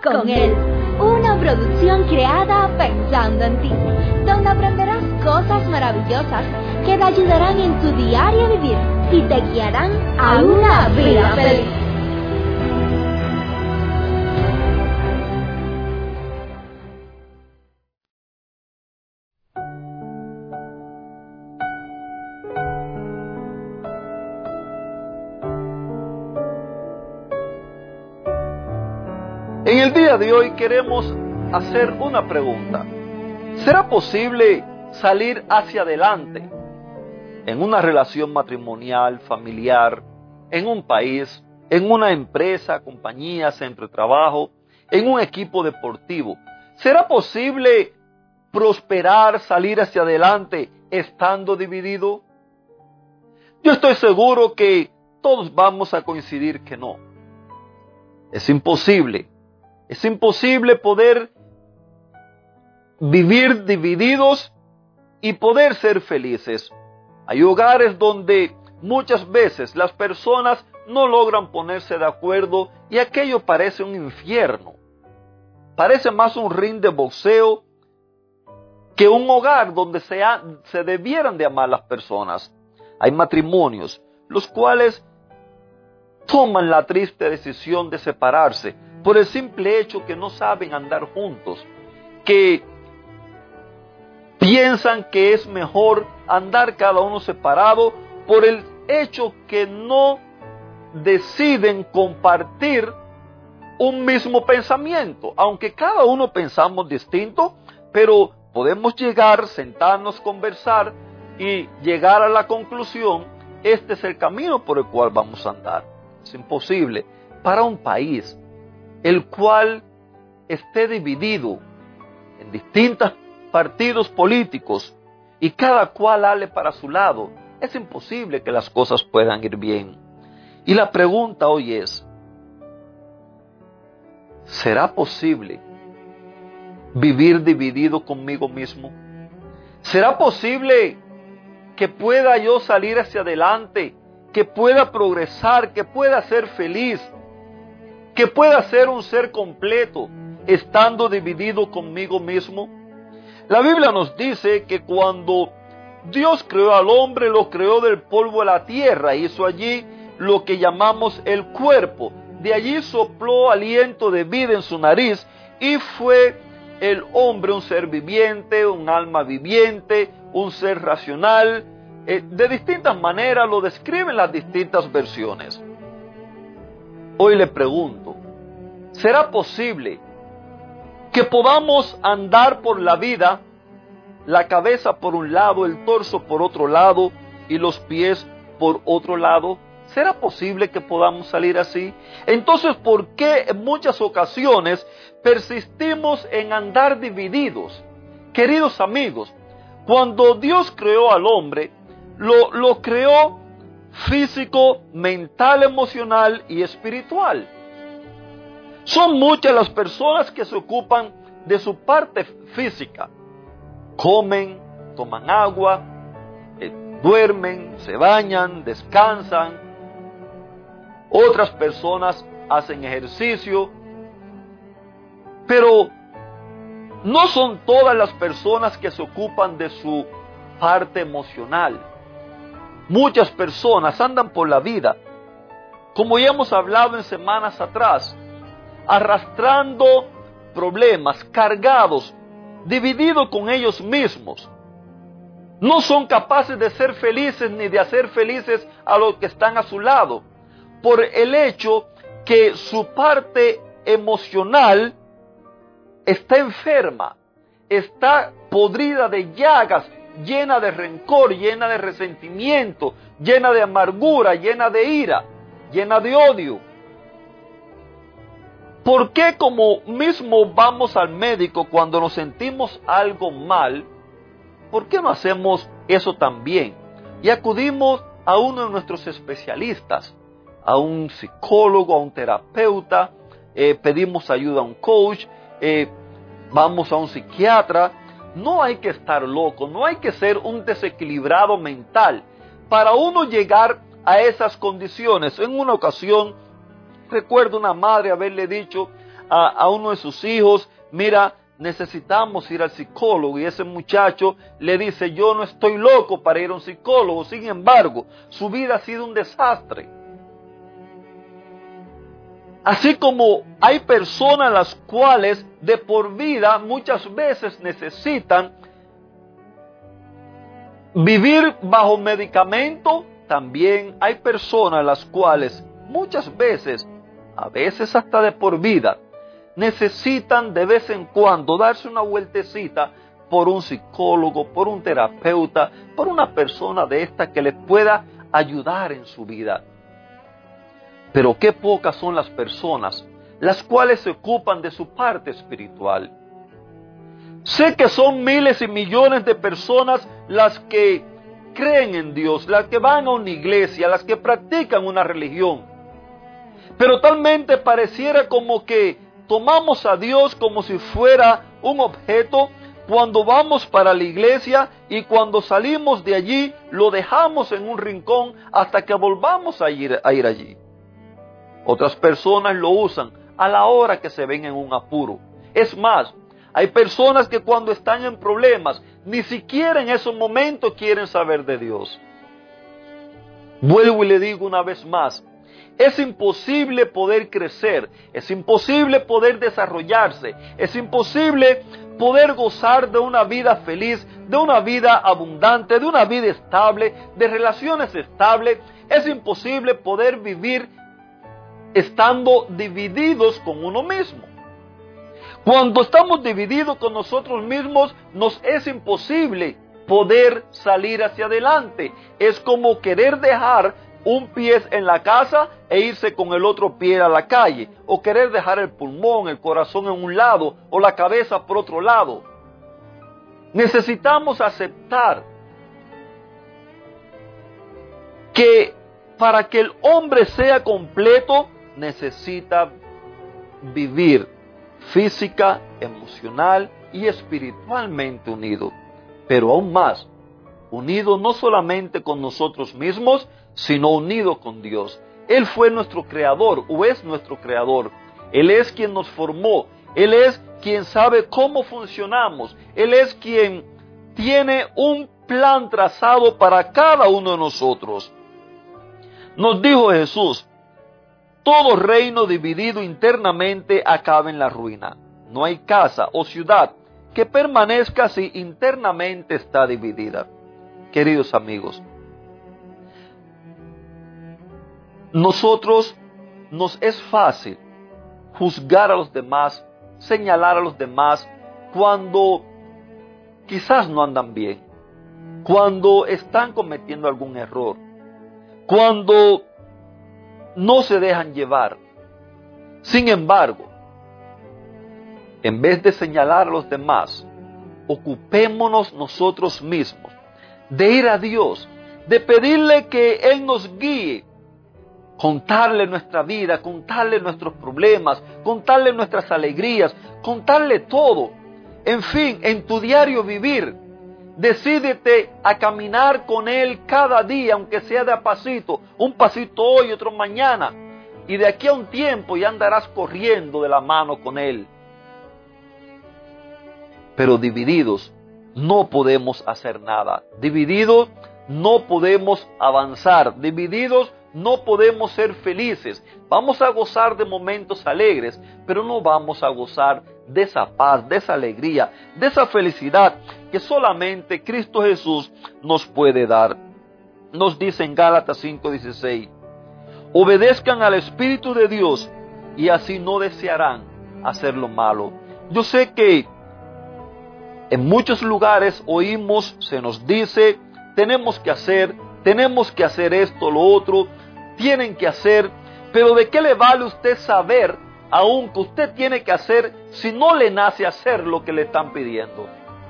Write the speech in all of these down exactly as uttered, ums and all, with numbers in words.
con él. Una producción creada pensando en ti, donde aprenderás cosas maravillosas que te ayudarán en tu diario vivir y te guiarán a una vida feliz. En el día de hoy queremos hacer una pregunta. ¿Será posible salir hacia adelante en una relación matrimonial, familiar, en un país, en una empresa, compañía, centro de trabajo, en un equipo deportivo? ¿Será posible prosperar, salir hacia adelante estando dividido? Yo estoy seguro que todos vamos a coincidir que no. Es imposible. Es imposible poder vivir divididos y poder ser felices. Hay hogares donde muchas veces las personas no logran ponerse de acuerdo y aquello parece un infierno. Parece más un ring de boxeo que un hogar donde se, ha, se debieran de amar las personas. Hay matrimonios los cuales toman la triste decisión de separarse por el simple hecho que no saben andar juntos, que piensan que es mejor andar cada uno separado por el hecho que no deciden compartir un mismo pensamiento. Aunque cada uno pensamos distinto, pero podemos llegar, sentarnos, conversar y llegar a la conclusión, este es el camino por el cual vamos a andar. Es imposible para un país el cual esté dividido en distintos partidos políticos y cada cual hable para su lado. Es imposible que las cosas puedan ir bien. Y la pregunta hoy es, ¿será posible vivir dividido conmigo mismo? ¿Será posible que pueda yo salir hacia adelante, que pueda progresar, que pueda ser feliz, que pueda ser un ser completo, estando dividido conmigo mismo? La Biblia nos dice que cuando Dios creó al hombre, lo creó del polvo de la tierra, hizo allí lo que llamamos el cuerpo. De allí sopló aliento de vida en su nariz y fue el hombre un ser viviente, un alma viviente, un ser racional. Eh, de distintas maneras lo describen las distintas versiones. Hoy le pregunto, ¿será posible que podamos andar por la vida, la cabeza por un lado, el torso por otro lado y los pies por otro lado? ¿Será posible que podamos salir así? Entonces, ¿por qué en muchas ocasiones persistimos en andar divididos? Queridos amigos, cuando Dios creó al hombre, lo, lo creó físico, mental, emocional y espiritual. Son muchas las personas que se ocupan de su parte física. Comen, toman agua, eh, duermen, se bañan, descansan. Otras personas hacen ejercicio. Pero no son todas las personas que se ocupan de su parte emocional. Muchas personas andan por la vida, como ya hemos hablado en semanas atrás, arrastrando problemas, cargados, divididos con ellos mismos. No son capaces de ser felices ni de hacer felices a los que están a su lado, por el hecho que su parte emocional está enferma, está podrida de llagas, llena de rencor, llena de resentimiento, llena de amargura, llena de ira, llena de odio. ¿Por qué como mismo vamos al médico cuando nos sentimos algo mal? ¿Por qué no hacemos eso también? Y acudimos a uno de nuestros especialistas, a un psicólogo, a un terapeuta, eh, pedimos ayuda a un coach, eh, vamos a un psiquiatra. No hay que estar loco, no hay que ser un desequilibrado mental para uno llegar a esas condiciones. En una ocasión, recuerdo una madre haberle dicho a, a uno de sus hijos, mira, necesitamos ir al psicólogo, y ese muchacho le dice, yo no estoy loco para ir a un psicólogo. Sin embargo, su vida ha sido un desastre. Así como hay personas las cuales de por vida muchas veces necesitan vivir bajo medicamento, también hay personas las cuales muchas veces, a veces hasta de por vida, necesitan de vez en cuando darse una vueltecita por un psicólogo, por un terapeuta, por una persona de esta que les pueda ayudar en su vida. Pero qué pocas son las personas las cuales se ocupan de su parte espiritual. Sé que son miles y millones de personas las que creen en Dios, las que van a una iglesia, las que practican una religión. Pero talmente pareciera como que tomamos a Dios como si fuera un objeto cuando vamos para la iglesia, y cuando salimos de allí lo dejamos en un rincón hasta que volvamos a ir, a ir allí. Otras personas lo usan a la hora que se ven en un apuro. Es más, hay personas que cuando están en problemas, ni siquiera en esos momentos quieren saber de Dios. Vuelvo y le digo una vez más, es imposible poder crecer, es imposible poder desarrollarse, es imposible poder gozar de una vida feliz, de una vida abundante, de una vida estable, de relaciones estables. Es imposible poder vivir estando divididos con uno mismo. Cuando estamos divididos con nosotros mismos, nos es imposible poder salir hacia adelante. Es como querer dejar un pie en la casa e irse con el otro pie a la calle, o querer dejar el pulmón, el corazón en un lado, o la cabeza por otro lado. Necesitamos aceptar que para que el hombre sea completo, necesita vivir física, emocional y espiritualmente unido. Pero aún más, unido no solamente con nosotros mismos, sino unido con Dios. Él fue nuestro creador, o es nuestro creador. Él es quien nos formó. Él es quien sabe cómo funcionamos. Él es quien tiene un plan trazado para cada uno de nosotros. Nos dijo Jesús, todo reino dividido internamente acaba en la ruina. No hay casa o ciudad que permanezca si internamente está dividida. Queridos amigos, nosotros nos es fácil juzgar a los demás, señalar a los demás cuando quizás no andan bien, cuando están cometiendo algún error, cuando no se dejan llevar. Sin embargo, en vez de señalar a los demás, ocupémonos nosotros mismos de ir a Dios, de pedirle que Él nos guíe, contarle nuestra vida, contarle nuestros problemas, contarle nuestras alegrías, contarle todo. En fin, en tu diario vivir, decídete a caminar con Él cada día, aunque sea de a pasito, un pasito hoy, otro mañana, y de aquí a un tiempo ya andarás corriendo de la mano con Él. Pero divididos no podemos hacer nada, divididos no podemos avanzar, divididos no podemos ser felices. Vamos a gozar de momentos alegres, pero no vamos a gozar de esa paz, de esa alegría, de esa felicidad que solamente Cristo Jesús nos puede dar. Nos dice en Gálatas cinco dieciséis, obedezcan al Espíritu de Dios y así no desearán hacer lo malo. Yo sé que en muchos lugares oímos, se nos dice, tenemos que hacer, tenemos que hacer esto, lo otro, tienen que hacer, pero ¿de qué le vale usted saber aún que usted tiene que hacer si no le nace hacer lo que le están pidiendo?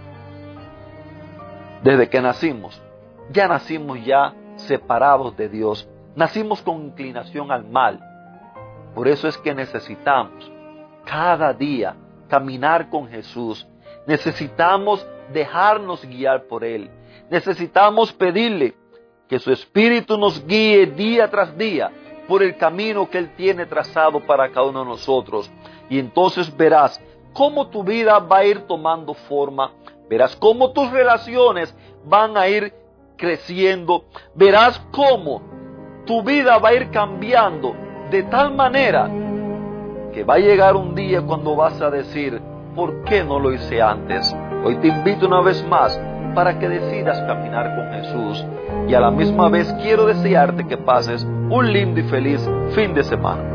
Desde que nacimos, ya nacimos ya separados de Dios, nacimos con inclinación al mal. Por eso es que necesitamos cada día caminar con Jesús, necesitamos dejarnos guiar por Él, necesitamos pedirle que su Espíritu nos guíe día tras día por el camino que Él tiene trazado para cada uno de nosotros. Y entonces verás cómo tu vida va a ir tomando forma, verás cómo tus relaciones van a ir creciendo, verás cómo tu vida va a ir cambiando de tal manera que va a llegar un día cuando vas a decir, ¿por qué no lo hice antes? Hoy te invito una vez más para que decidas caminar con Jesús, y a la misma vez quiero desearte que pases un lindo y feliz fin de semana.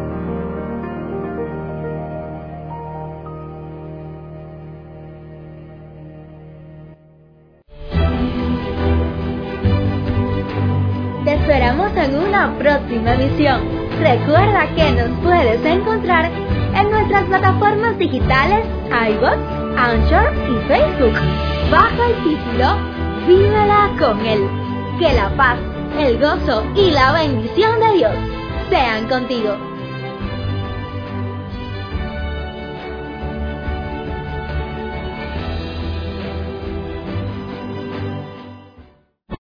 Te esperamos en una próxima emisión. Recuerda que nos puedes encontrar en nuestras plataformas digitales iVoox, Anchor y Facebook, bajo el título Vívela con Él. Que la paz, el gozo y la bendición de Dios sean contigo.